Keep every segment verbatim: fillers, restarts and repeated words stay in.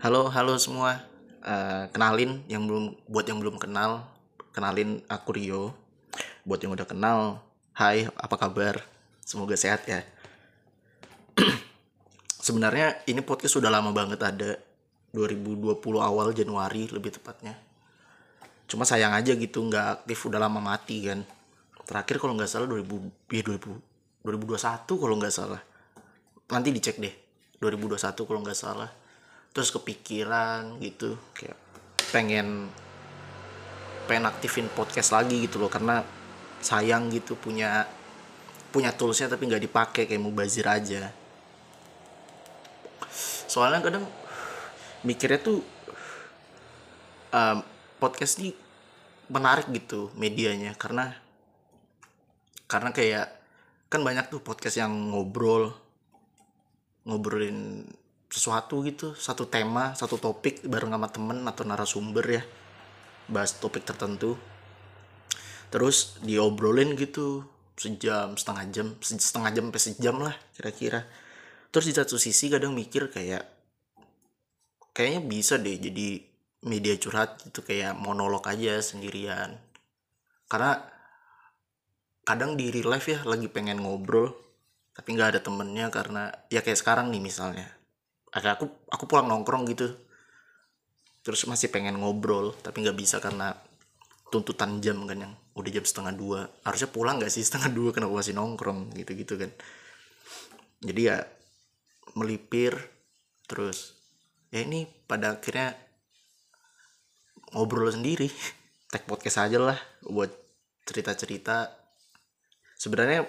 Halo, halo semua. Eh, kenalin yang belum buat yang belum kenal, kenalin aku Rio. Buat yang udah kenal, hai, apa kabar? Semoga sehat ya. Sebenarnya ini podcast sudah lama banget ada dua ribu dua puluh awal Januari lebih tepatnya. Cuma sayang aja gitu nggak aktif udah lama mati kan. Terakhir kalau nggak salah dua ribu ya dua ribu dua ribu dua puluh satu kalau nggak salah. Nanti dicek deh. dua ribu dua puluh satu kalau nggak salah. Terus kepikiran gitu kayak pengen pengen aktifin podcast lagi gitu loh karena sayang gitu punya punya toolsnya tapi nggak dipakai kayak mubazir aja. Soalnya kadang mikirnya tuh um, podcast ini menarik gitu medianya karena karena kayak kan banyak tuh podcast yang ngobrol ngobrolin sesuatu gitu, satu tema, satu topik bareng sama temen atau narasumber ya, bahas topik tertentu terus diobrolin gitu sejam setengah jam setengah jam sampai sejam lah kira-kira. Terus di satu sisi kadang mikir kayak kayaknya bisa deh jadi media curhat gitu kayak monolog aja sendirian, karena kadang di real life ya lagi pengen ngobrol tapi nggak ada temennya karena ya kayak sekarang nih misalnya ada aku aku pulang nongkrong gitu terus masih pengen ngobrol tapi nggak bisa karena tuntutan jam kan yang udah jam setengah dua, harusnya pulang nggak sih setengah dua kenapa masih nongkrong gitu-gitu kan. Jadi ya melipir terus ya ini pada akhirnya ngobrol sendiri tag podcast aja lah buat cerita-cerita. Sebenarnya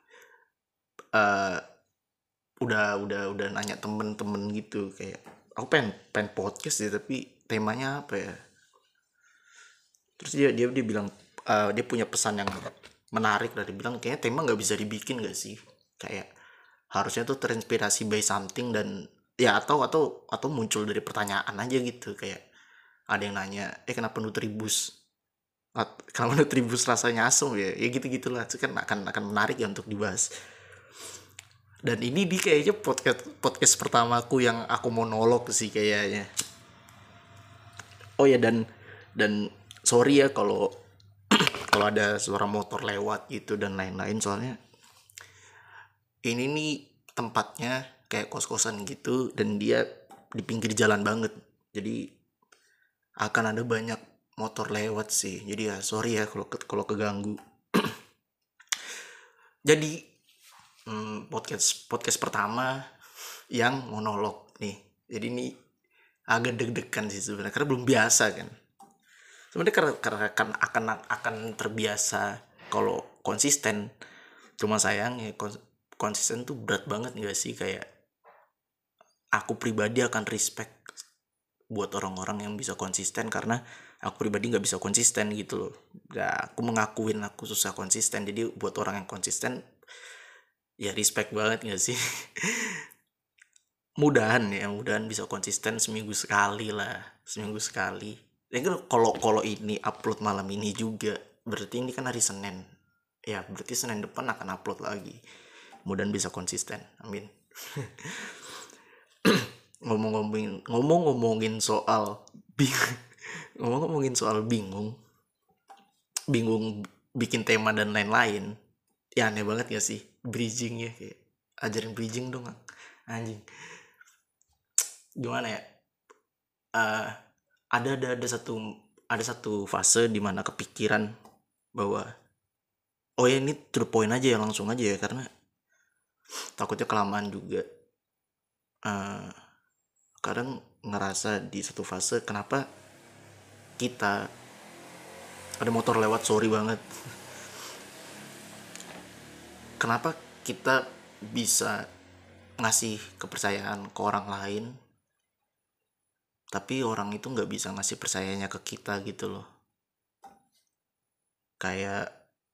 uh, udah udah udah nanya temen-temen gitu kayak aku pengen pengen podcast sih tapi temanya apa ya. Terus dia dia dia bilang uh, dia punya pesan yang menarik dari bilang kayaknya tema nggak bisa dibikin nggak sih, kayak harusnya tuh terinspirasi by something dan ya atau atau atau muncul dari pertanyaan aja gitu kayak ada yang nanya eh kenapa nutribus At- kenapa nutribus rasanya asam ya ya gitu gitulah itu kan akan akan menarik ya untuk dibahas. Dan ini di kayaknya podcast podcast pertamaku yang aku monolog sih kayaknya. Oh ya, dan dan sorry ya kalau kalau ada suara motor lewat gitu dan lain-lain soalnya ini nih tempatnya kayak kos-kosan gitu dan dia di pinggir jalan banget, jadi akan ada banyak motor lewat sih, jadi ya sorry ya kalau kalau keganggu. Jadi hmm, podcast podcast pertama yang monolog nih, jadi ini agak deg-degan sih sebenarnya karena belum biasa kan. Sebenarnya karena, karena akan akan akan terbiasa kalau konsisten, cuma sayang ya konsisten tuh berat banget nggak sih, kayak aku pribadi akan respect buat orang-orang yang bisa konsisten karena aku pribadi nggak bisa konsisten gitu loh. Ya aku mengakuin aku susah konsisten, jadi buat orang yang konsisten ya respect banget nggak sih. Mudahan ya mudahan bisa konsisten seminggu sekali lah, seminggu sekali. Ya kan kalau kalau ini upload malam ini juga berarti ini kan hari Senin ya, berarti Senin depan akan upload lagi. Mudahan bisa konsisten, amin. Ngomong-ngomongin ngomong-ngomongin soal bingung, ngomong-ngomongin soal bingung bingung bikin tema dan lain-lain, ya aneh banget gak sih bridging ya, kayak ajarin bridging dong anjing. Gimana ya, uh, ada ada ada satu ada satu fase di mana kepikiran bahwa oh ya ini to the point aja ya, langsung aja ya karena takutnya kelamaan juga. uh, Kadang ngerasa di satu fase kenapa kita ada motor lewat, sorry banget, kenapa kita bisa ngasih kepercayaan ke orang lain tapi orang itu nggak bisa ngasih percayanya ke kita gitu loh. Kayak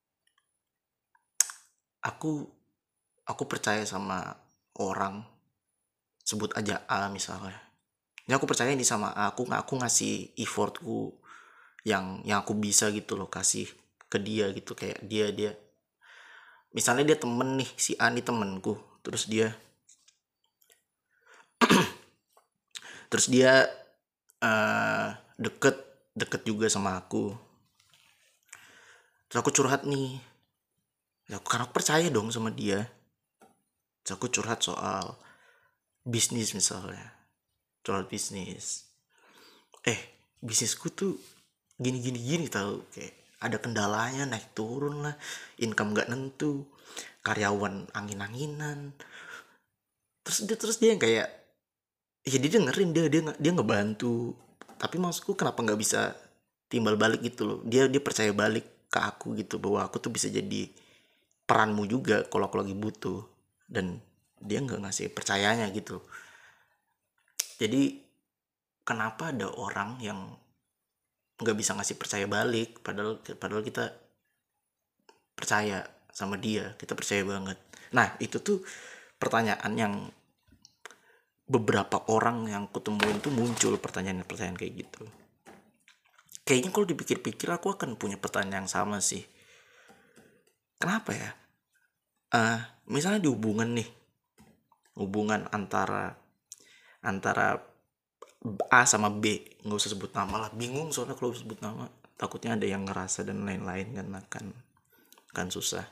aku aku percaya sama orang, sebut aja A misalnya, ya aku percaya ini sama A, aku aku ngasih effortku yang yang aku bisa gitu loh kasih ke dia gitu, kayak dia dia misalnya dia temen nih, si A nih temenku, terus dia Terus dia uh, deket deket juga sama aku. Terus aku curhat nih, ya karena aku percaya dong sama dia. Terus aku curhat soal bisnis misalnya, curhat bisnis. Eh bisnisku tuh gini gini gini tau, kayak ada kendalanya, naik turun lah, income nggak nentu, karyawan angin-anginan. Terus dia terus dia yang kayak, ya dia dengerin, dia dia dia ngebantu. Tapi maksudku kenapa nggak bisa timbal balik gitu loh? Dia dia percaya balik ke aku gitu, bahwa aku tuh bisa jadi peranmu juga kalau aku lagi butuh. Dan dia nggak ngasih percayanya gitu. Jadi kenapa ada orang yang nggak bisa ngasih percaya balik, padahal padahal kita percaya sama dia, kita percaya banget. Nah itu tuh pertanyaan yang beberapa orang yang kutemuin tuh muncul pertanyaan-pertanyaan kayak gitu. Kayaknya kalau dipikir-pikir aku akan punya pertanyaan yang sama sih. Kenapa ya? Uh, misalnya di hubungan nih, hubungan antara antara A sama B, nggak usah sebut nama lah, bingung soalnya kalau sebut nama takutnya ada yang ngerasa dan lain-lain kan, akan akan susah.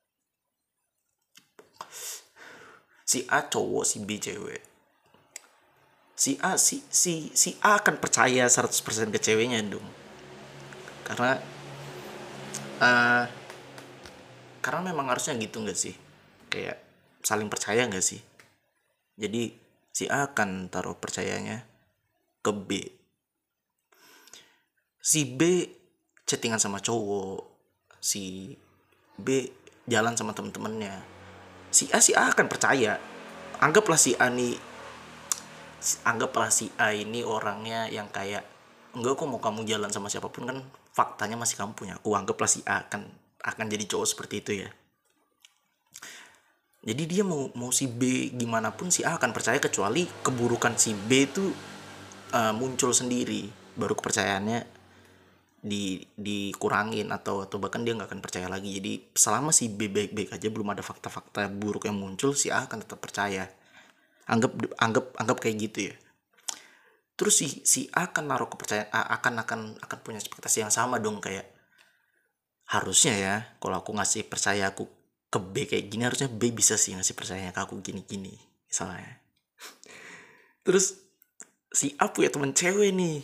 Si A cowok, si B cewek. Si A si si si A akan percaya seratus persen ke ceweknya dong. Karena uh, karena memang harusnya gitu nggak sih? Kayak saling percaya nggak sih? Jadi si A akan taruh percayanya ke B. Si B chattingan sama cowok, si B jalan sama temen-temennya. Si A si A akan percaya. Anggaplah si A nih, anggaplah si A ini orangnya yang kayak, enggak kok mau kamu jalan sama siapapun kan faktanya masih kamu punya aku. Anggaplah si A akan akan jadi cowok seperti itu ya. Jadi dia mau mau si B gimana pun si A akan percaya, kecuali keburukan si B itu uh, muncul sendiri, baru kepercayaannya di dikurangin atau atau bahkan dia nggak akan percaya lagi. Jadi selama si B baik-baik aja, belum ada fakta-fakta buruk yang muncul, si A akan tetap percaya. Anggap anggap anggap kayak gitu ya. Terus si si A akan naruh kepercayaan, akan akan akan punya ekspektasi yang sama dong, kayak harusnya ya kalau aku ngasih percaya aku ke B kayak gini, harusnya B bisa sih ngasih percaya ke aku gini-gini misalnya. Terus si A punya teman cewek nih,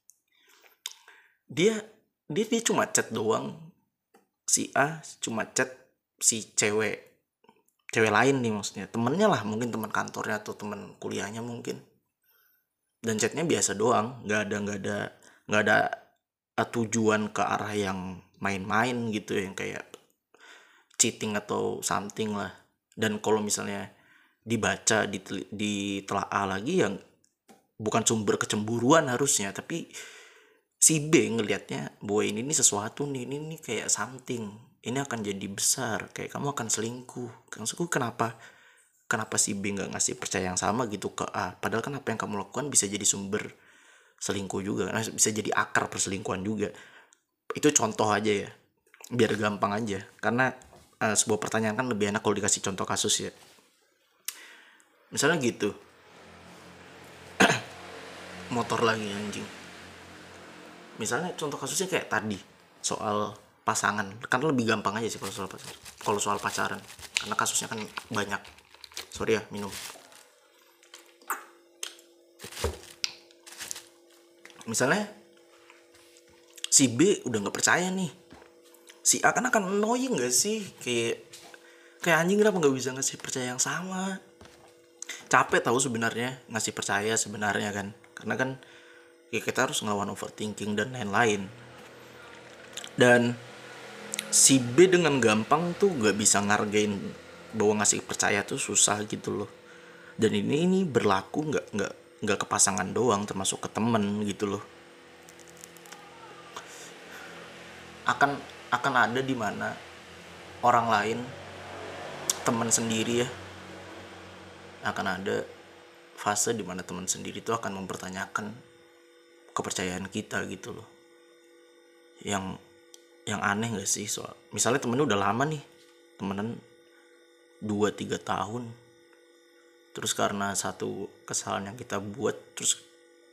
dia dia dia cuma chat doang, si A cuma chat si cewek cewek lain nih, maksudnya temennya lah, mungkin teman kantornya atau teman kuliahnya mungkin, dan chatnya biasa doang, nggak ada nggak ada nggak ada tujuan ke arah yang main-main gitu, yang kayak cheating atau something lah. Dan kalau misalnya dibaca ditelaah lagi, yang bukan sumber kecemburuan harusnya, tapi si B ngelihatnya bahwa ini nih sesuatu nih, ini nih kayak something, ini akan jadi besar, kayak kamu akan selingkuh. Maksudku kenapa kenapa si B nggak ngasih percaya yang sama gitu ke A, padahal kan apa yang kamu lakukan bisa jadi sumber selingkuh juga, bisa jadi akar perselingkuhan juga. Itu contoh aja ya, biar gampang aja, karena uh, sebuah pertanyaan kan lebih enak kalau dikasih contoh kasus ya. Misalnya gitu, motor lagi anjing. Misalnya contoh kasusnya kayak tadi soal pasangan, kan lebih gampang aja sih kalau soal pacaran. Kalau soal pacaran, karena kasusnya kan banyak. Sorry ya, minum. Misalnya si B udah nggak percaya nih, si A kan akan annoying nggak sih, kayak kayak anjing kenapa nggak bisa ngasih percaya yang sama. Capek tahu sebenarnya ngasih percaya sebenarnya kan, karena kan ya kita harus ngelawan overthinking dan lain-lain. Dan si B dengan gampang tuh gak bisa ngargain bahwa ngasih percaya tuh susah gitu loh. Dan ini ini berlaku nggak nggak nggak ke pasangan doang, termasuk ke temen gitu loh. Akan akan ada di mana orang lain, teman sendiri ya, akan ada fase di mana teman sendiri tuh akan mempertanyakan kepercayaan kita gitu loh. Yang yang aneh gak sih, soal misalnya temennya udah lama nih, temenan dua tiga tahun, terus karena satu kesalahan yang kita buat, terus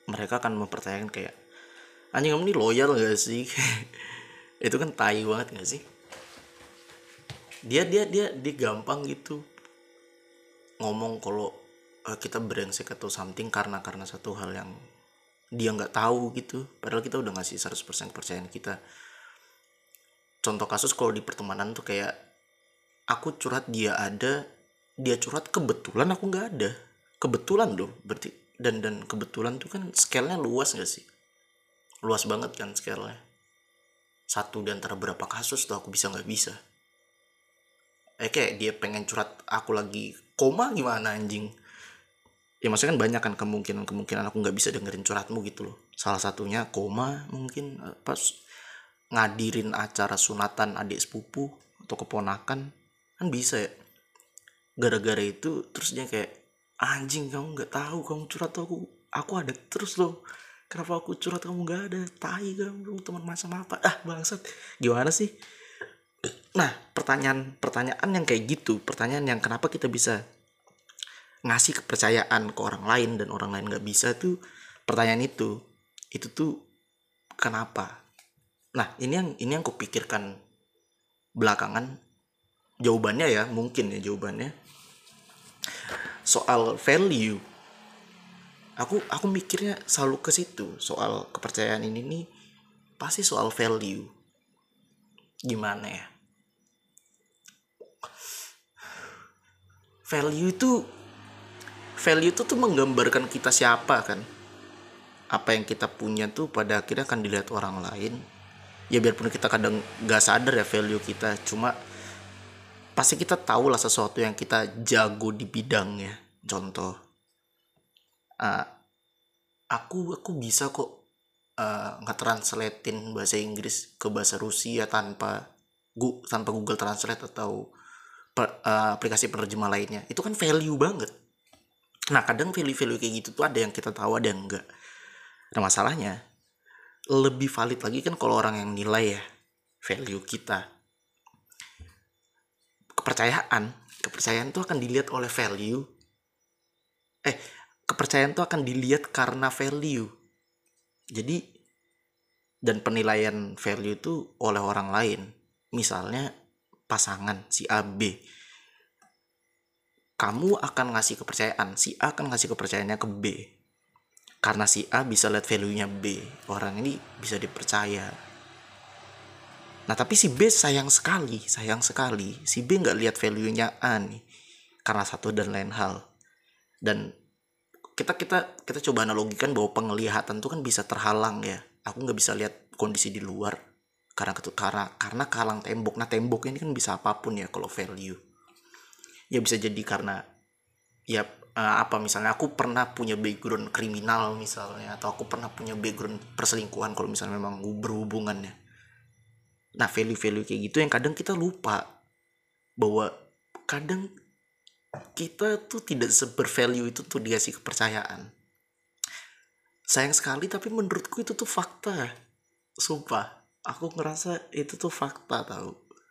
mereka akan mempertanyakan kayak, anjing kamu ini loyal gak sih? Itu kan tai banget gak sih? Dia dia dia dia gampang gitu ngomong kalau eh, kita brengsek atau something karena karena satu hal yang dia nggak tahu gitu. Padahal kita udah ngasih seratus persen kepercayaan kita. Contoh kasus kalau di pertemanan tuh kayak aku curhat dia ada, dia curhat kebetulan aku nggak ada. Kebetulan dong berarti. Dan dan kebetulan tuh kan scale-nya luas gak sih? Luas banget kan scale-nya. Satu di antara berapa kasus tuh aku bisa nggak bisa. Eh kayak dia pengen curhat aku lagi koma gimana anjing. Ya maksudnya kan banyak kan kemungkinan-kemungkinan aku nggak bisa dengerin curhatmu gitu loh. Salah satunya koma mungkin eh, pas ngadirin acara sunatan adik sepupu atau keponakan kan bisa ya. Gara-gara itu terus dia kayak, anjing kamu nggak tahu kamu curhat tuh aku aku ada terus loh. Kenapa aku curhat kamu nggak ada? Tai kamu teman macam apa? Ah bangsat. Gimana sih? Nah pertanyaan-pertanyaan yang kayak gitu, pertanyaan yang kenapa kita bisa ngasih kepercayaan ke orang lain dan orang lain nggak bisa tuh, pertanyaan itu itu tuh kenapa? Nah ini yang ini yang kupikirkan belakangan, jawabannya ya mungkin ya jawabannya soal value. Aku aku mikirnya selalu ke situ, soal kepercayaan ini nih pasti soal value. Gimana ya? Value itu value itu tuh menggambarkan kita siapa kan. Apa yang kita punya tuh pada akhirnya akan dilihat orang lain. Ya biarpun kita kadang gak sadar ya value kita, cuma pasti kita tahu lah sesuatu yang kita jago di bidangnya. Contoh, uh, aku aku bisa kok uh, nge-translatein bahasa Inggris ke bahasa Rusia tanpa gu, tanpa Google Translate atau per, uh, aplikasi penerjemah lainnya. Itu kan value banget. Nah kadang value-value kayak gitu tuh ada yang kita tahu ada yang enggak. Nah masalahnya lebih valid lagi kan kalau orang yang nilai ya value kita. Kepercayaan kepercayaan tuh akan dilihat oleh value. Eh kepercayaan tuh akan dilihat karena value. Jadi dan penilaian value itu oleh orang lain. Misalnya pasangan si A B, kamu akan ngasih kepercayaan, si A akan ngasih kepercayaannya ke B. Karena si A bisa lihat value-nya B, orang ini bisa dipercaya. Nah tapi si B sayang sekali, sayang sekali, si B nggak lihat value-nya A nih, karena satu dan lain hal. Dan kita kita kita coba analogikan bahwa penglihatan tuh kan bisa terhalang ya. Aku nggak bisa lihat kondisi di luar karena karena karena kalang tembok. Nah tembok ini kan bisa apapun ya kalau value. Ya bisa jadi karena ya uh, apa misalnya aku pernah punya background kriminal misalnya, atau aku pernah punya background perselingkuhan kalau misalnya memang berhubungannya. Nah value-value kayak gitu yang kadang kita lupa bahwa kadang kita tuh tidak sebervalue itu tuh dikasih kepercayaan. Sayang sekali tapi menurutku itu tuh fakta. Sumpah aku ngerasa itu tuh fakta tau.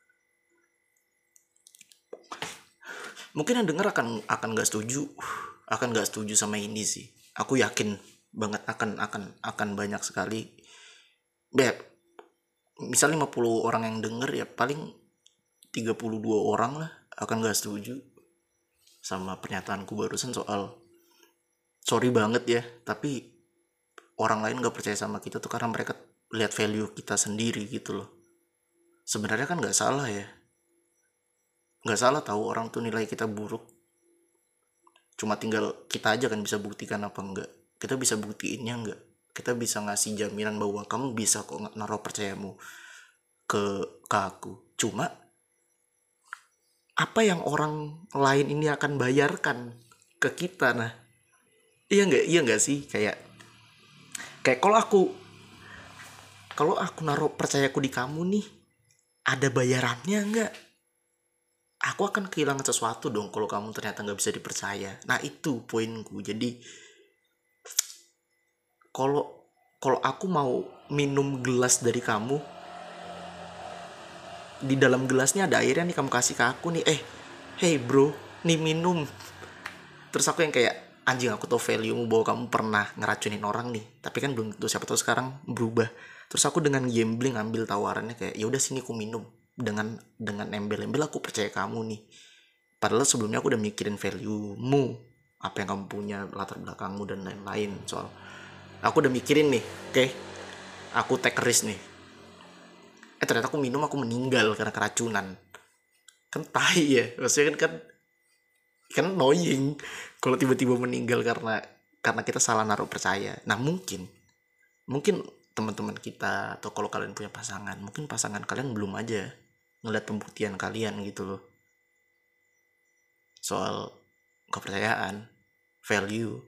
Mungkin yang denger akan akan nggak setuju, akan nggak setuju sama ini sih. Aku yakin banget akan akan akan banyak sekali. Beb, misal lima puluh orang yang denger ya paling tiga puluh dua orang lah akan nggak setuju sama pernyataanku barusan soal sorry banget ya, tapi orang lain nggak percaya sama kita tuh karena mereka lihat value kita sendiri gitu loh. Sebenarnya kan nggak salah ya. Nggak salah tahu orang tuh nilai kita buruk, cuma tinggal kita aja kan bisa buktikan apa enggak. Kita bisa buktiinnya enggak, kita bisa ngasih jaminan bahwa kamu bisa kok naruh percayamu ke, ke aku. Cuma apa yang orang lain ini akan bayarkan ke kita. Nah iya enggak, iya enggak sih, kayak kayak kalau aku kalau aku naruh percayaku di kamu nih, ada bayarannya enggak? Aku akan kehilangan sesuatu dong kalau kamu ternyata nggak bisa dipercaya. Nah itu poinku. Jadi kalau kalau aku mau minum gelas dari kamu, di dalam gelasnya ada airnya nih, kamu kasih ke aku nih, eh hey bro nih minum. Terus aku yang kayak anjing aku tahu value bahwa kamu pernah ngeracunin orang nih, tapi kan belum tentu, siapa tahu sekarang berubah. Terus aku dengan gambling ambil tawarannya kayak ya udah sini aku minum, dengan dengan embel-embel aku percaya kamu nih, padahal sebelumnya aku udah mikirin value-mu, apa yang kamu punya, latar belakangmu dan lain-lain. Soal aku udah mikirin nih, oke okay, aku take risk nih, eh ternyata aku minum, aku meninggal karena keracunan. Kan tai ya, maksudnya kan kan kan annoying kalau tiba-tiba meninggal karena karena kita salah naruh percaya. Nah mungkin mungkin teman-teman kita, atau kalau kalian punya pasangan, mungkin pasangan kalian belum aja ngeliat pembuktian kalian gitu loh, soal kepercayaan, value.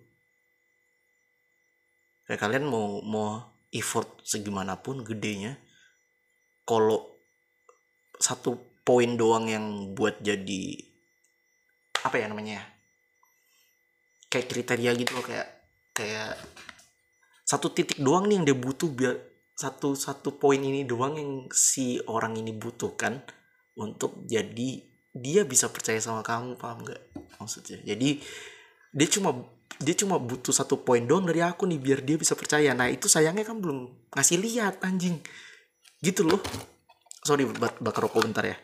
Kayak kalian mau mau effort segimanapun gedenya, kalau satu poin doang yang buat jadi apa ya namanya, kayak kriteria gitu loh, kayak kayak satu titik doang nih yang dia butuh, biar satu satu poin ini doang yang si orang ini butuhkan untuk jadi dia bisa percaya sama kamu, paham nggak maksudnya? Jadi dia cuma dia cuma butuh satu poin doang dari aku nih biar dia bisa percaya. Nah itu sayangnya kan belum ngasih lihat, anjing gitu loh. Sorry, bakar rokok bentar ya.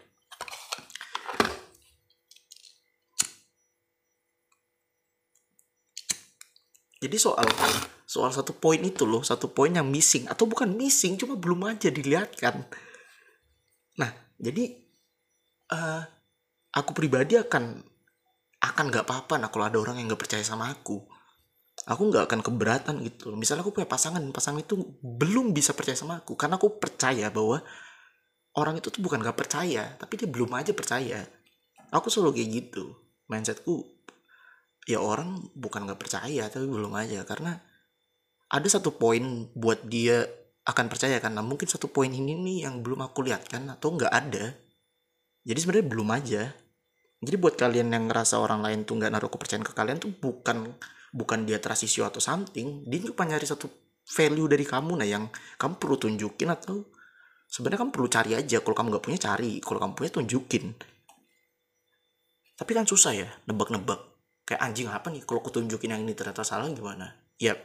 Jadi soal soal satu poin itu loh, satu poin yang missing, atau bukan missing, cuma belum aja dilihatkan. Nah jadi uh, aku pribadi akan akan nggak apa-apa nah kalau ada orang yang nggak percaya sama aku. Aku nggak akan keberatan gitu. Misalnya aku punya pasangan, pasangan itu belum bisa percaya sama aku, karena aku percaya bahwa orang itu tuh bukan nggak percaya, tapi dia belum aja percaya. Aku selalu kayak gitu mindsetku, ya orang bukan nggak percaya tapi belum aja, karena ada satu poin buat dia akan percaya, karena mungkin satu poin ini nih yang belum aku lihat kan, atau nggak ada. Jadi sebenarnya belum aja. Jadi buat kalian yang ngerasa orang lain tuh nggak naruh kepercayaan ke kalian tuh bukan bukan dia trust issue atau something, dia cuma nyari satu value dari kamu nah yang kamu perlu tunjukin, atau sebenarnya kamu perlu cari aja. Kalau kamu nggak punya, cari. Kalau kamu punya, tunjukin. Tapi kan susah ya nebak-nebak, kayak anjing apa nih kalau aku tunjukin yang ini ternyata salah gimana ya.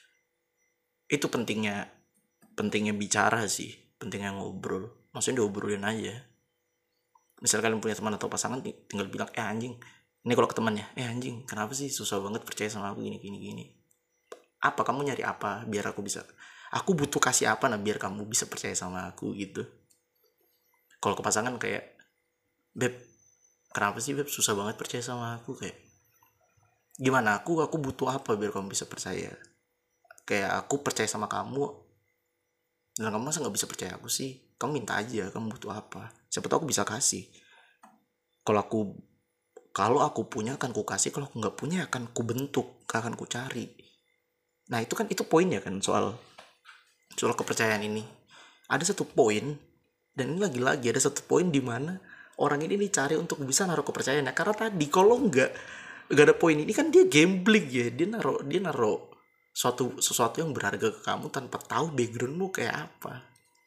Itu pentingnya pentingnya bicara sih, pentingnya ngobrol, maksudnya diobrolin aja. Misal kalian punya teman atau pasangan, tinggal bilang, eh anjing, ini kalau ke temannya, eh anjing kenapa sih susah banget percaya sama aku gini gini gini, apa kamu nyari apa biar aku bisa, aku butuh kasih apa nah biar kamu bisa percaya sama aku gitu. Kalau ke pasangan kayak, beb kenapa sih beb susah banget percaya sama aku, kayak gimana, aku aku butuh apa biar kamu bisa percaya, kayak aku percaya sama kamu dan kamu masa nggak bisa percaya aku sih, kamu minta aja kamu butuh apa, siapa tahu aku bisa kasih. Kalau aku kalau aku punya akan ku kasih, kalau aku nggak punya akan ku bentuk, akan ku cari. Nah itu kan itu poinnya kan, soal soal kepercayaan ini ada satu poin, dan ini lagi-lagi ada satu poin di mana orang ini dicari untuk bisa naruh kepercayaannya, karena tadi kalau nggak nggak ada poin ini kan dia gambling ya, dia naruh dia naruh suatu sesuatu yang berharga ke kamu tanpa tahu backgroundmu kayak apa.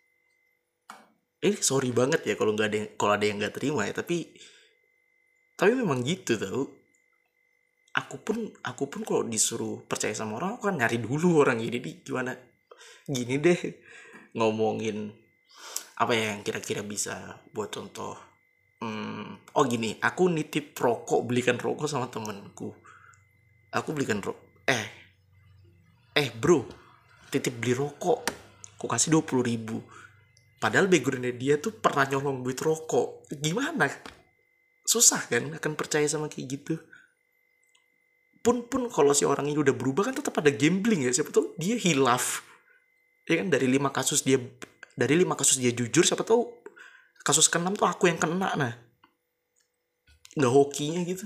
Eh sorry banget ya kalau nggak ada kalau ada yang nggak terima ya, tapi tapi memang gitu tau. Aku pun aku pun kalau disuruh percaya sama orang, aku kan nyari dulu orang ini nih gimana. Gini deh, ngomongin apa ya yang kira-kira bisa buat contoh. Hmm, oh gini, aku nitip rokok, belikan rokok sama temenku. Aku belikan rokok. Eh, eh bro, titip beli rokok. Aku kasih dua puluh ribu. Padahal backgroundnya dia tuh pernah nyolong duit rokok. Gimana? Susah kan akan percaya sama kayak gitu. Pun pun kalau si orang ini udah berubah kan tetap ada gambling ya. Siapa tahu dia hilaf. Ya kan, dari lima kasus dia dari lima kasus dia jujur, siapa tahu kasus keenam tuh aku yang kena nah. Nggak hokinya gitu.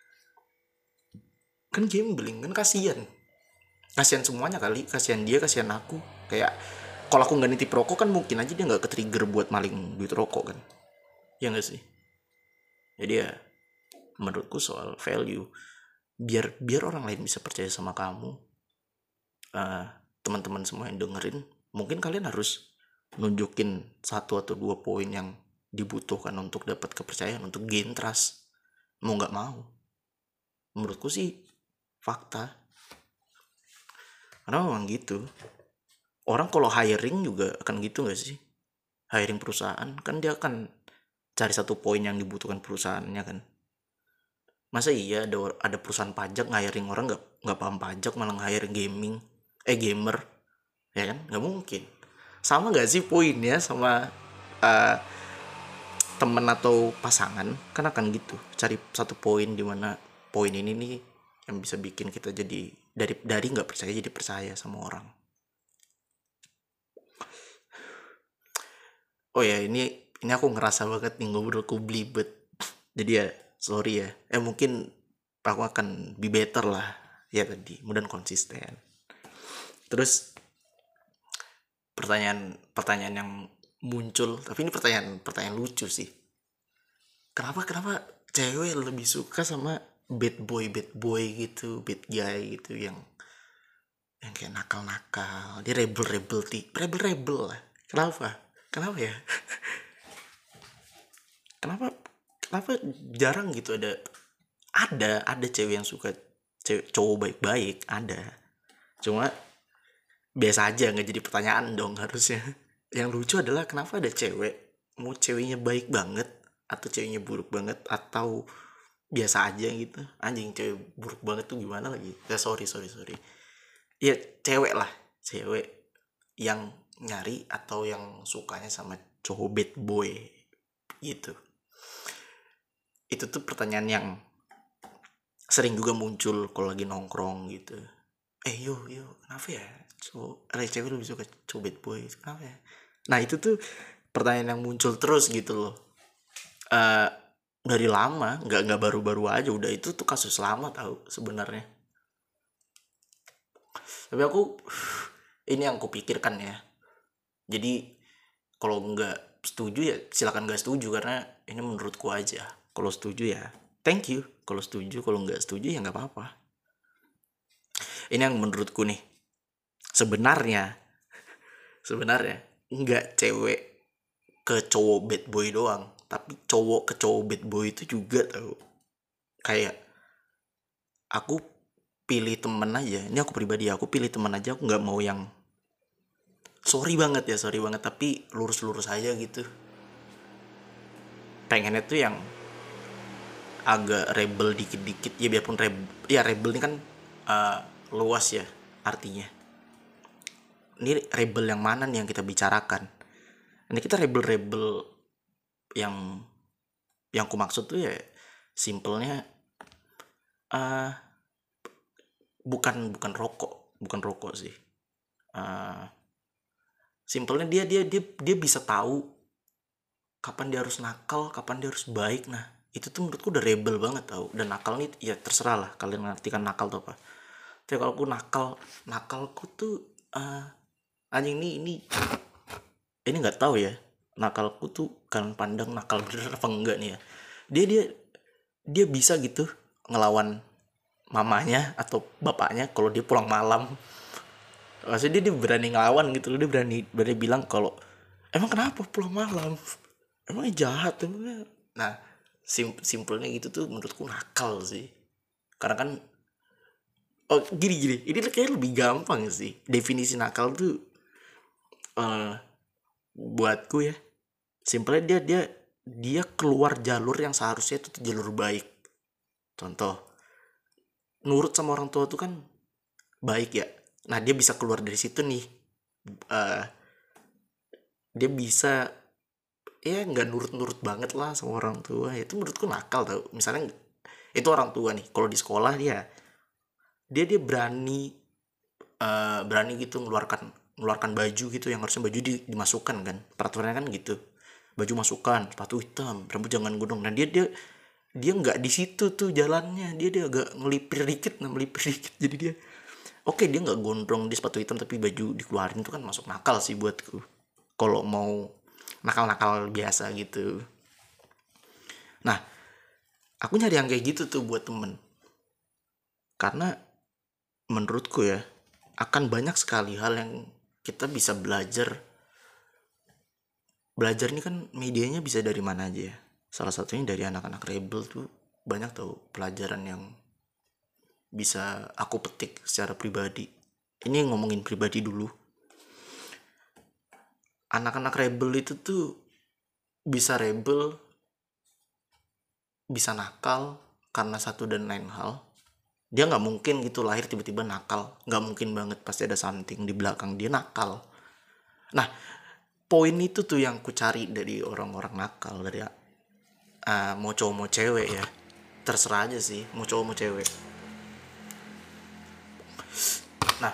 Kan gambling, kan kasihan. Kasihan semuanya kali, kasihan dia, kasihan aku. Kayak kalau aku nggak nitip rokok kan mungkin aja dia nggak ke-trigger buat maling duit rokok kan. Ya nggak sih? Jadi ya menurutku soal value, biar biar orang lain bisa percaya sama kamu, uh, teman-teman semua yang dengerin, mungkin kalian harus nunjukin satu atau dua poin yang dibutuhkan untuk dapat kepercayaan, untuk gain trust. Mau nggak mau, menurutku sih fakta. Karena memang gitu, orang kalau hiring juga akan gitu gak sih? Hiring perusahaan kan dia akan cari satu poin yang dibutuhkan perusahaannya kan. Masa iya ada ada perusahaan pajak nge-hiring orang nggak nggak paham pajak malah nge-hiring gaming eh gamer, ya kan? Nggak mungkin. Sama nggak sih poinnya sama uh, temen atau pasangan kan akan gitu, cari satu poin di mana poin ini nih yang bisa bikin kita jadi dari dari nggak percaya jadi percaya sama orang. Oh ya, ini ini aku ngerasa banget nih ngobrolku belibet. Jadi ya sorry ya. Eh mungkin aku akan be better lah ya tadi, mudah konsisten. Terus pertanyaan pertanyaan yang muncul, tapi ini pertanyaan pertanyaan lucu sih. Kenapa kenapa cewek lebih suka sama bad boy bad boy gitu, bad guy gitu yang yang kayak nakal-nakal, dia rebel-rebel ti, rebel-rebel lah. Kenapa? Kenapa ya? Kenapa kenapa jarang gitu ada ada ada cewek yang suka cewek cowok baik-baik, ada. Cuma biasa aja, nggak jadi pertanyaan dong harusnya. Yang lucu adalah kenapa ada cewek mau ceweknya baik banget atau ceweknya buruk banget atau biasa aja gitu. Anjing, cewek buruk banget tuh gimana lagi? Ya sorry sorry sorry. Ya cewek lah, cewek yang nyari atau yang sukanya sama cowok bad boy gitu. Itu tuh pertanyaan yang sering juga muncul kalau lagi nongkrong gitu. Eh yo yo kenapa ya cowok ada cewek lebih suka cowok bad boy, kenapa ya? Nah itu tuh pertanyaan yang muncul terus gitu loh. Uh, dari lama, nggak nggak baru-baru aja, udah itu tuh kasus lama tahu sebenarnya. Tapi aku ini yang aku pikirkan ya. Jadi kalau nggak setuju ya silakan nggak setuju, karena ini menurutku aja. Kalau setuju ya thank you, kalau setuju, kalau nggak setuju ya nggak apa-apa. Ini yang menurutku nih, sebenarnya sebenarnya nggak cewek ke cowok bad boy doang, tapi cowok ke cowok bad boy itu juga tahu. Kayak aku pilih temen aja, ini aku pribadi, aku pilih temen aja, aku nggak mau yang sorry banget ya sorry banget tapi lurus-lurus aja gitu. Pengennya tuh yang agak rebel dikit-dikit ya, biarpun rebel ya, rebel ini kan uh, luas ya artinya. Ini rebel yang mana nih yang kita bicarakan? Ini kita rebel-rebel yang yang ku maksud tuh ya simpelnya uh, bukan bukan rokok, bukan rokok sih. Uh, simpelnya dia dia dia dia bisa tahu kapan dia harus nakal, kapan dia harus baik. Nah itu tuh menurutku udah rebel banget tau. Dan nakal nih ya terserah lah kalian ngartikan nakal tuh apa. Tapi kalau aku nakal, nakalku tuh uh, anjing nih ini ini nggak tahu ya, nakalku tuh kan pandang nakal bener apa enggak nih ya. Dia dia dia bisa gitu ngelawan mamanya atau bapaknya kalau dia pulang malam. Maksudnya dia, dia berani ngelawan gitu loh, dia berani berani bilang kalau emang kenapa pulang malam, emangnya jahat emangnya. Nah sim simpelnya gitu tuh menurutku nakal sih. Karena kan oh gini gini ini kayak lebih gampang sih definisi nakal tuh. Uh, buatku ya simpelnya dia dia dia keluar jalur yang seharusnya itu tuh jalur baik. Contoh, nurut sama orang tua tuh kan baik ya. Nah dia bisa keluar dari situ nih, uh, dia bisa ya nggak nurut-nurut banget lah sama orang tua. Itu menurutku nakal tau. Misalnya itu orang tua nih, kalau di sekolah dia dia dia berani uh, berani gitu ngeluarkan ngeluarkan baju gitu yang harusnya baju di, dimasukkan kan, peraturannya kan gitu, baju masukkan, sepatu hitam, rambut jangan gondrong. Nah dia dia dia nggak di situ tuh jalannya, dia dia agak ngelipir dikit, nah melipir dikit. Jadi dia oke, dia nggak gondrong di sepatu hitam tapi baju dikeluarin, itu kan masuk nakal sih buatku. Kalau mau nakal-nakal biasa gitu. Nah aku nyari yang kayak gitu tuh buat temen, karena menurutku ya akan banyak sekali hal yang kita bisa belajar. Belajar ini kan medianya bisa dari mana aja ya. Salah satunya dari anak-anak rebel tuh banyak tau pelajaran yang bisa aku petik secara pribadi. Ini ngomongin pribadi dulu. Anak-anak rebel itu tuh bisa rebel, bisa nakal karena satu dan lain hal. Dia nggak mungkin gitu lahir tiba-tiba nakal, nggak mungkin banget, pasti ada something di belakang dia nakal. Nah, poin itu tuh yang ku cari dari orang-orang nakal, dari uh, mau cowok mau cewek ya, terserah aja sih mau cowok mau cewek. Nah,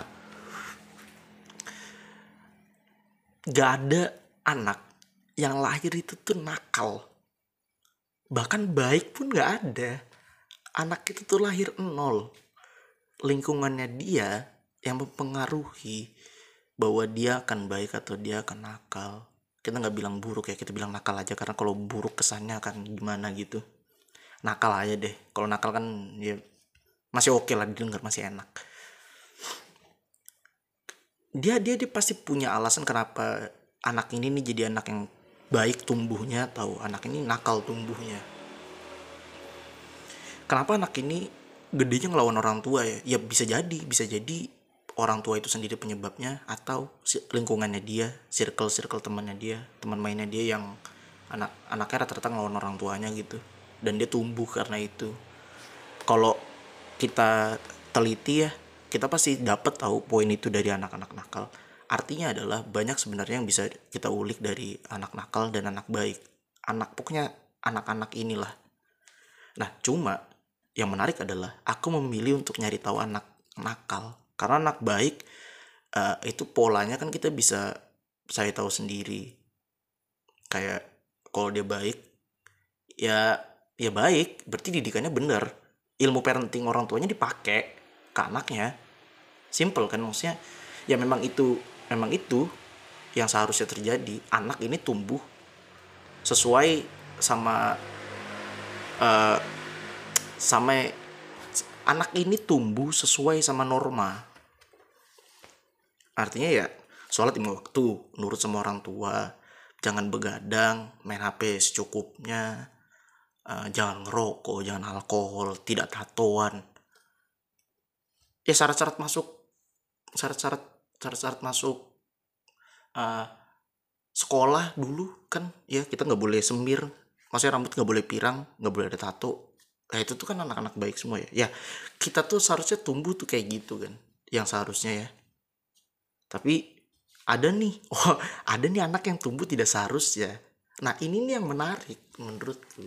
gak ada anak yang lahir itu tuh nakal, bahkan baik pun gak ada. Anak itu tuh lahir nol, lingkungannya dia yang mempengaruhi bahwa dia akan baik atau dia akan nakal. Kita nggak bilang buruk ya, kita bilang nakal aja, karena kalau buruk kesannya akan gimana gitu. Nakal aja deh, kalau nakal kan ya masih oke lah didengar, masih enak. Dia dia dia pasti punya alasan kenapa anak ini nih jadi anak yang baik tumbuhnya, atau anak ini nakal tumbuhnya. Kenapa anak ini gedenya ngelawan orang tua ya? Ya bisa jadi, bisa jadi orang tua itu sendiri penyebabnya, atau lingkungannya dia, circle-circle temannya dia, teman mainnya dia yang anak anaknya rata-rata ngelawan orang tuanya gitu, dan dia tumbuh karena itu. Kalau kita teliti ya, kita pasti dapat tahu poin itu dari anak-anak nakal. Artinya adalah banyak sebenarnya yang bisa kita ulik dari anak nakal dan anak baik. Anak pokoknya anak-anak inilah. Nah, cuma yang menarik adalah aku memilih untuk nyari tahu anak nakal, karena anak baik uh, itu polanya kan kita bisa saya tahu sendiri. Kayak kalau dia baik ya ya baik, berarti didikannya bener, ilmu parenting orang tuanya dipakai ke anaknya. Simple kan, maksudnya ya memang itu memang itu yang seharusnya terjadi. Anak ini tumbuh sesuai sama uh, sama anak ini tumbuh sesuai sama norma. Artinya ya sholat lima waktu, nurut sama orang tua, jangan begadang, main H P secukupnya, uh, jangan ngerokok, jangan alkohol, tidak tatoan. Ya syarat-syarat masuk syarat-syarat syarat-syarat masuk uh, sekolah dulu kan ya, kita nggak boleh semir, maksudnya rambut nggak boleh pirang, nggak boleh ada tato. Nah itu tuh kan anak-anak baik semua ya. Ya kita tuh seharusnya tumbuh tuh kayak gitu kan, yang seharusnya ya. Tapi ada nih, oh ada nih anak yang tumbuh tidak seharusnya. Nah ini nih yang menarik menurutku.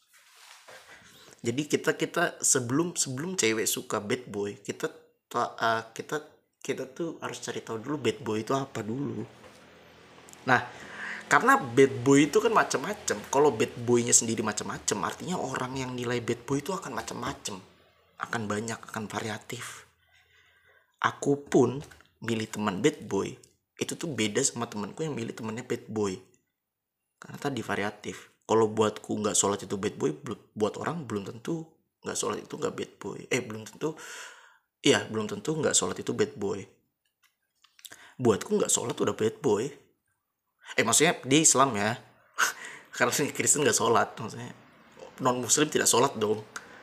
Jadi kita kita sebelum sebelum cewek suka bad boy, kita uh, kita kita tuh harus cari tahu dulu bad boy itu apa dulu. Nah, karena bad boy itu kan macam-macam. Kalau bad boynya sendiri macam-macam, artinya orang yang nilai bad boy itu akan macam-macam, akan banyak, akan variatif. Aku pun milih teman bad boy itu tuh beda sama temanku yang milih temannya bad boy, karena tadi variatif. Kalau buatku nggak sholat itu bad boy, buat orang belum tentu nggak sholat itu nggak bad boy. Eh belum tentu, iya belum tentu nggak sholat itu bad boy. Buatku nggak sholat udah bad boy. Eh maksudnya di Islam ya, karena Kristen nggak sholat, maksudnya non Muslim tidak sholat dong.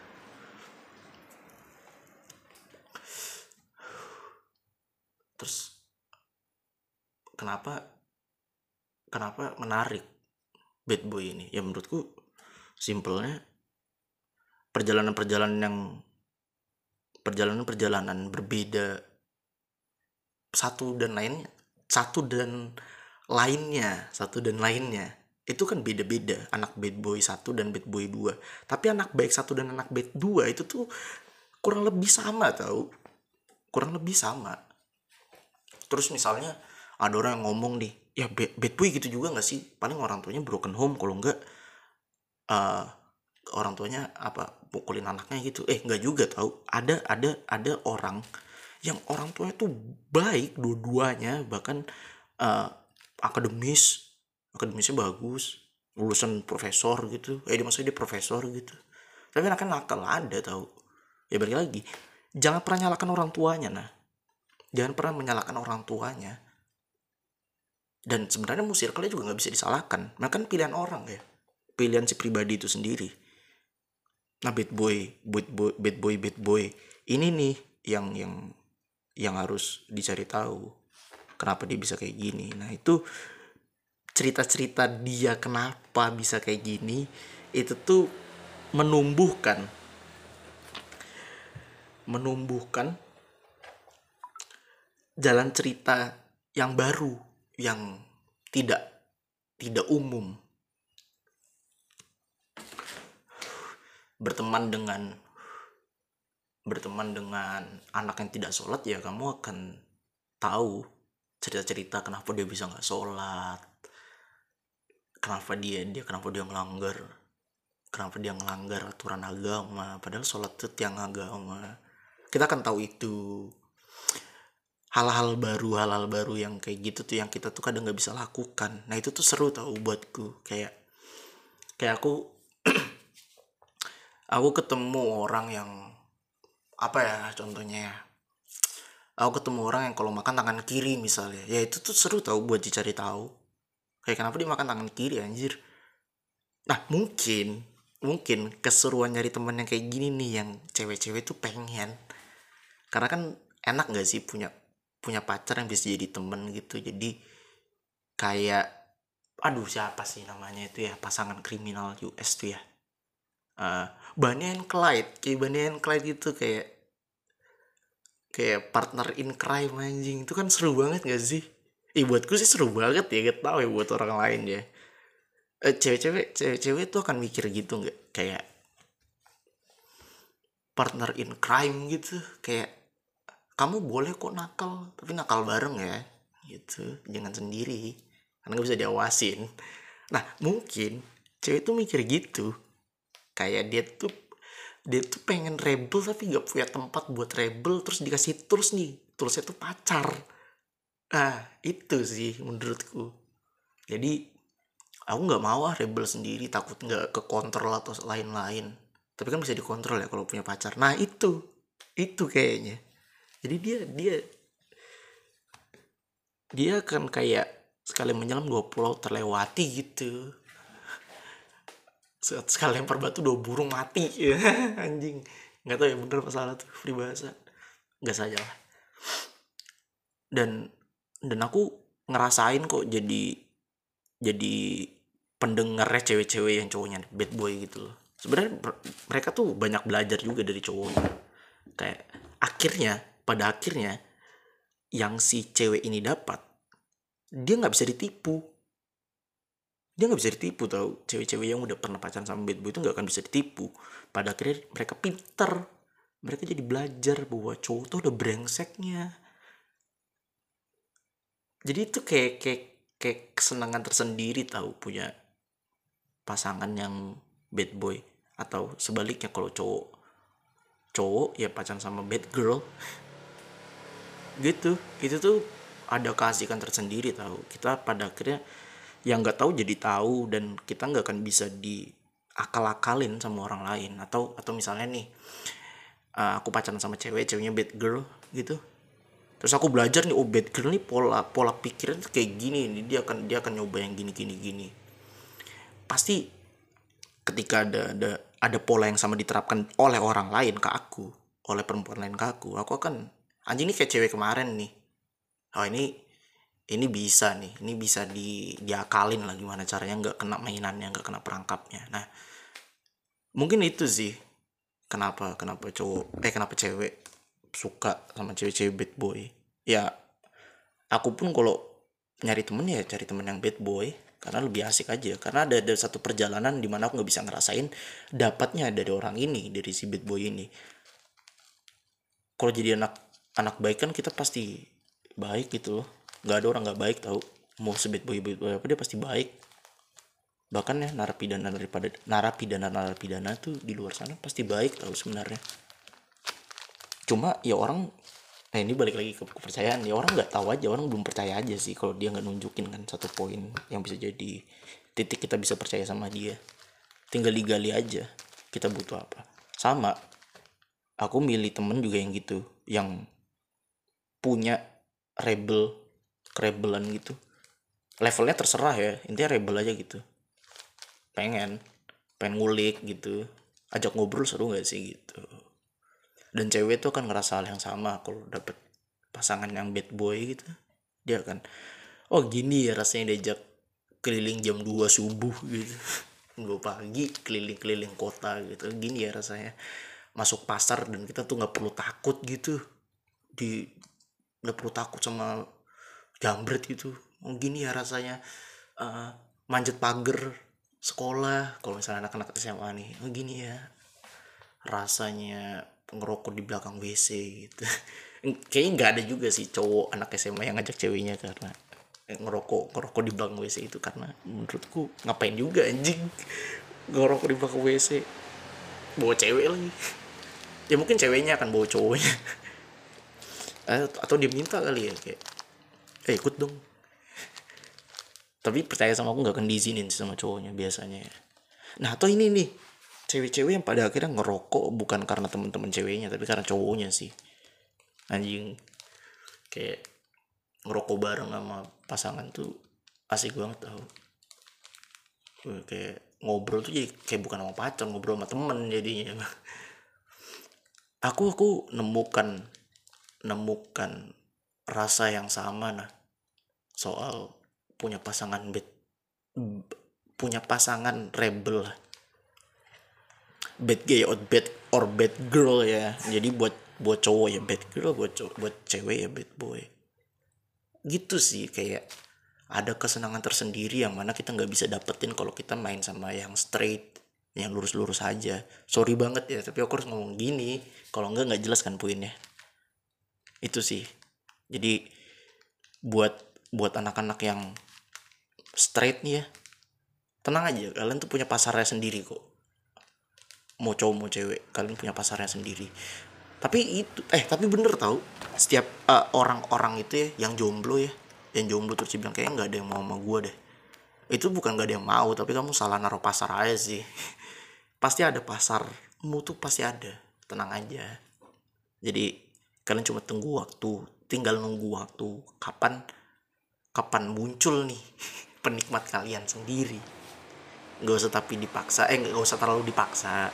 Terus kenapa kenapa menarik bad boy ini? Ya menurutku simpelnya perjalanan-perjalanan yang perjalanan-perjalanan berbeda satu dan lainnya, satu dan lainnya, satu dan lainnya itu kan beda-beda. Anak bad boy satu dan bad boy dua. Tapi anak baik satu dan anak bad dua itu tuh kurang lebih sama tau. Kurang lebih sama. Terus misalnya ada orang yang ngomong nih, ya bad, bad boy gitu juga gak sih? Paling orang tuanya broken home, kalau enggak uh, orang tuanya apa pukulin anaknya gitu. Eh enggak juga tau. Ada ada ada orang yang orang tuanya tuh baik dua-duanya, bahkan uh, akademis akademisnya bagus, lulusan profesor gitu. Eh dia maksudnya dia profesor gitu, tapi anaknya nakal, ada tahu. Ya balik lagi, jangan pernah nyalakan orang tuanya. Nah jangan pernah menyalahkan orang tuanya. Dan sebenarnya circle-nya juga nggak bisa disalahkan, mereka kan pilihan orang ya, pilihan si pribadi itu sendiri. Nah bad boy bad boy bad boy bad boy ini nih yang yang yang harus dicari tahu, kenapa dia bisa kayak gini. Nah itu cerita-cerita dia kenapa bisa kayak gini itu tuh menumbuhkan menumbuhkan jalan cerita yang baru, yang tidak tidak umum. Berteman dengan berteman dengan anak yang tidak sholat, ya kamu akan tahu cerita-cerita kenapa dia bisa nggak sholat, kenapa dia dia kenapa dia melanggar kenapa dia melanggar aturan agama, padahal sholat itu tiang agama. Kita akan tahu itu. Hal-hal baru hal-hal baru yang kayak gitu tuh yang kita tuh kadang nggak bisa lakukan. Nah itu tuh seru tau buatku. Kayak kayak aku aku ketemu orang yang apa ya, contohnya ya, aku ketemu orang yang kalau makan tangan kiri misalnya, ya itu tuh seru tau buat dicari tahu. Kayak kenapa dia makan tangan kiri anjir. Nah mungkin mungkin keseruan nyari temen yang kayak gini nih, yang cewek-cewek tuh pengen, karena kan enak nggak sih punya punya pacar yang bisa jadi temen gitu. Jadi kayak, aduh siapa sih namanya itu ya, pasangan kriminal U S tuh ya, uh, Bonnie and Clyde, kayak Bonnie and Clyde gitu, kayak kayak partner in crime anjing. Itu kan seru banget gak sih? Ih buatku sih seru banget ya, gak tau ya buat orang lain ya. Eh, cewek-cewek cewek-cewek tuh akan mikir gitu nggak, kayak partner in crime gitu, kayak kamu boleh kok nakal tapi nakal bareng ya gitu, jangan sendiri karena nggak bisa diawasin. Nah mungkin cewek tuh mikir gitu, kayak dia tuh dia tuh pengen rebel tapi nggak punya tempat buat rebel, terus dikasih tools nih, toolsnya tuh pacar. Nah itu sih menurutku. Jadi aku nggak mau ah rebel sendiri, takut nggak kekontrol atau lain-lain. Tapi kan bisa dikontrol ya kalau punya pacar. Nah itu itu kayaknya. Jadi dia dia dia kan kayak sekali menyelam dua pulau terlewati gitu. Sekali lempar batu dua burung mati ya. Anjing, nggak tahu ya bener apa salah tuh peribahasa, nggak saja lah. Dan dan aku ngerasain kok jadi jadi pendengarnya cewek-cewek yang cowoknya bad boy gitu loh. Sebenarnya mereka tuh banyak belajar juga dari cowoknya. Kayak akhirnya pada akhirnya yang si cewek ini dapat, dia nggak bisa ditipu. Dia nggak bisa ditipu tau. Cewek-cewek yang udah pernah pacaran sama bad boy itu nggak akan bisa ditipu. Pada akhirnya mereka pinter, mereka jadi belajar bahwa cowok tuh udah brengseknya. Jadi itu kayak kayak kayak kesenangan tersendiri tahu punya pasangan yang bad boy. Atau sebaliknya kalau cowok cowok ya pacaran sama bad girl gitu. Itu tuh ada keasikan tersendiri tahu. Kita pada akhirnya yang nggak tahu jadi tahu, dan kita nggak akan bisa diakal-akalin sama orang lain. Atau atau misalnya nih, uh, aku pacaran sama cewek, ceweknya bad girl gitu, terus aku belajar nih, oh bad girl nih pola pola pikirnya tuh kayak gini nih, dia akan dia akan nyoba yang gini gini gini. Pasti ketika ada ada ada pola yang sama diterapkan oleh orang lain ke aku, oleh perempuan lain ke aku aku akan, anjing nih kayak cewek kemarin nih, oh ini ini bisa nih, ini bisa di diakalin lah gimana caranya nggak kena mainannya, nggak kena perangkapnya. Nah mungkin itu sih kenapa kenapa cowok eh kenapa cewek suka sama cewek-cewek bad boy. Ya aku pun kalau nyari temen ya cari temen yang bad boy, karena lebih asik aja. Karena ada ada satu perjalanan dimana aku nggak bisa ngerasain dapatnya dari orang ini, dari si bad boy ini. Kalau jadi anak anak baik kan kita pasti baik gitu loh, nggak ada orang nggak baik tahu. Mau sebet boy bad boy apa dia pasti baik. Bahkan ya narapidana daripada narapidana narapidana tuh di luar sana pasti baik tahu sebenarnya. Cuma ya orang, nah ini balik lagi ke kepercayaan ya, orang nggak tahu aja, orang belum percaya aja sih kalau dia nggak nunjukin kan satu poin yang bisa jadi titik kita bisa percaya sama dia. Tinggal digali aja kita butuh apa. Sama aku milih temen juga yang gitu, yang punya rebel kerebelan gitu. Levelnya terserah ya, intinya rebel aja gitu. Pengen pengen ngulik gitu, ajak ngobrol seru nggak sih gitu. Dan cewek tuh kan ngerasa hal yang sama kalau dapet pasangan yang bad boy gitu. Dia kan, oh gini ya rasanya diajak keliling jam dua subuh gitu. dua pagi keliling-keliling kota gitu. Gini ya rasanya masuk pasar dan kita tuh nggak perlu takut gitu. Di nggak perlu takut sama jambret gitu. Oh gini ya rasanya uh, manjat pagar sekolah kalau misalnya anak-anak S M A nih. Oh gini ya rasanya ngerokok di belakang W C gitu. Kayaknya nggak ada juga sih cowok anak S M A yang ngajak ceweknya karena ngerokok ngerokok di belakang W C itu, karena menurutku ngapain juga anjing ngerokok di belakang W C bawa cewek lagi. Ya mungkin ceweknya akan bawa cowoknya. Atau dia minta kali ya kayak eh ikut dong, tapi percaya sama aku nggak akan diizinin sama cowoknya biasanya. Nah atau ini nih cewek-cewek yang pada akhirnya ngerokok bukan karena teman-teman ceweknya tapi karena cowoknya sih anjing. Kayak ngerokok bareng sama pasangan tuh asik banget tau. Kayak ngobrol tuh jadi kayak bukan sama pacar, ngobrol sama temen jadinya. aku aku nemukan nemukan rasa yang sama nah soal punya pasangan bad punya pasangan rebel lah, bad guy or bad or bad girl ya. Jadi buat buat cowok ya bad girl, buat cowok, buat cewek ya bad boy gitu sih. Kayak ada kesenangan tersendiri yang mana kita nggak bisa dapetin kalau kita main sama yang straight, yang lurus-lurus aja. Sorry banget ya tapi aku harus ngomong gini, kalau nggak nggak jelas kan poinnya. Itu sih. Jadi buat buat anak-anak yang straight nih ya, tenang aja, kalian tuh punya pasarnya sendiri kok. Mau cowok mau cewek, kalian punya pasarnya sendiri. Tapi itu eh tapi bener tau, setiap uh, orang-orang itu ya yang jomblo ya, yang jomblo terus bilang kayaknya nggak ada yang mau sama gue deh. Itu bukan nggak ada yang mau, tapi kamu salah naruh pasar aja sih. Pasti ada pasarmu tuh, pasti ada. Tenang aja. Jadi kalian cuma tunggu waktu, tinggal nunggu waktu kapan kapan muncul nih penikmat kalian sendiri. Nggak usah tapi dipaksa, eh nggak usah terlalu dipaksa.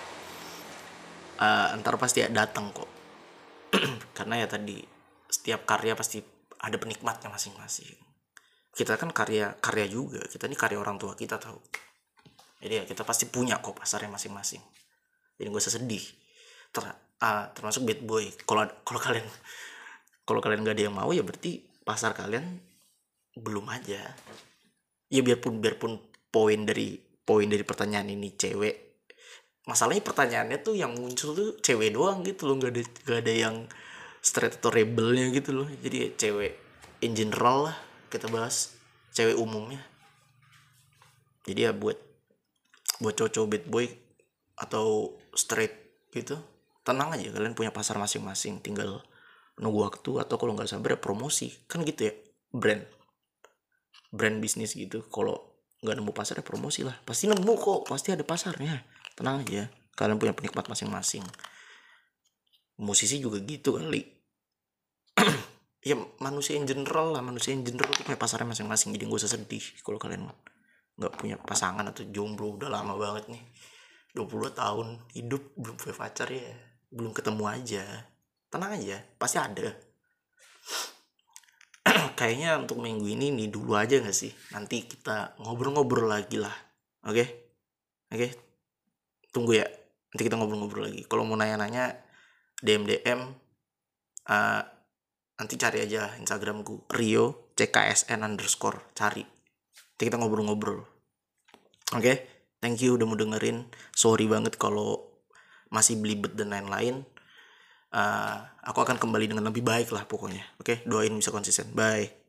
Uh, ntar pasti datang kok. Karena ya tadi setiap karya pasti ada penikmatnya masing-masing. Kita kan karya karya juga, kita ini karya orang tua kita tahu. Jadi ya kita pasti punya kok pasarnya masing-masing. Jadi gak usah sedih. Ter, uh, termasuk bad boy. Kalau kalau kalian kalau kalian nggak ada yang mau ya berarti pasar kalian belum aja. Ya biarpun biarpun poin dari poin dari pertanyaan ini cewek. Masalahnya pertanyaannya tuh yang muncul tuh cewek doang gitu loh, nggak ada nggak ada yang straight atau rebelnya gitu loh. Jadi cewek in general lah kita bahas, cewek umumnya. Jadi ya buat buat cowok bad boy atau straight gitu, tenang aja, kalian punya pasar masing-masing, tinggal nunggu waktu atau kalau nggak sabar ya promosi kan gitu ya, brand brand bisnis gitu. Kalau nggak nemu pasar ya promosi lah, pasti nemu kok, pasti ada pasarnya, tenang aja, kalian punya penikmat masing-masing. Musisi juga gitu kali. Ya manusia in general lah, manusia in general tuh punya pasarnya masing-masing. Jadi gak usah sedih kalau kalian nggak punya pasangan atau jomblo udah lama banget nih, dua puluh tahun hidup belum punya pacar ya, belum ketemu aja, tenang aja, pasti ada. Kayaknya untuk minggu ini nih dulu aja gak sih, nanti kita ngobrol-ngobrol lagi lah. Oke okay? Oke okay? Tunggu ya, nanti kita ngobrol-ngobrol lagi. Kalau mau nanya-nanya D M D M, uh, nanti cari aja Instagramku Rio C K S N underscore, cari, nanti kita ngobrol-ngobrol. Oke okay? Thank you udah mau dengerin. Sorry banget kalau masih belibet dan lain-lain. uh, Aku akan kembali dengan lebih baik lah pokoknya. Oke okay? Doain bisa konsisten. Bye.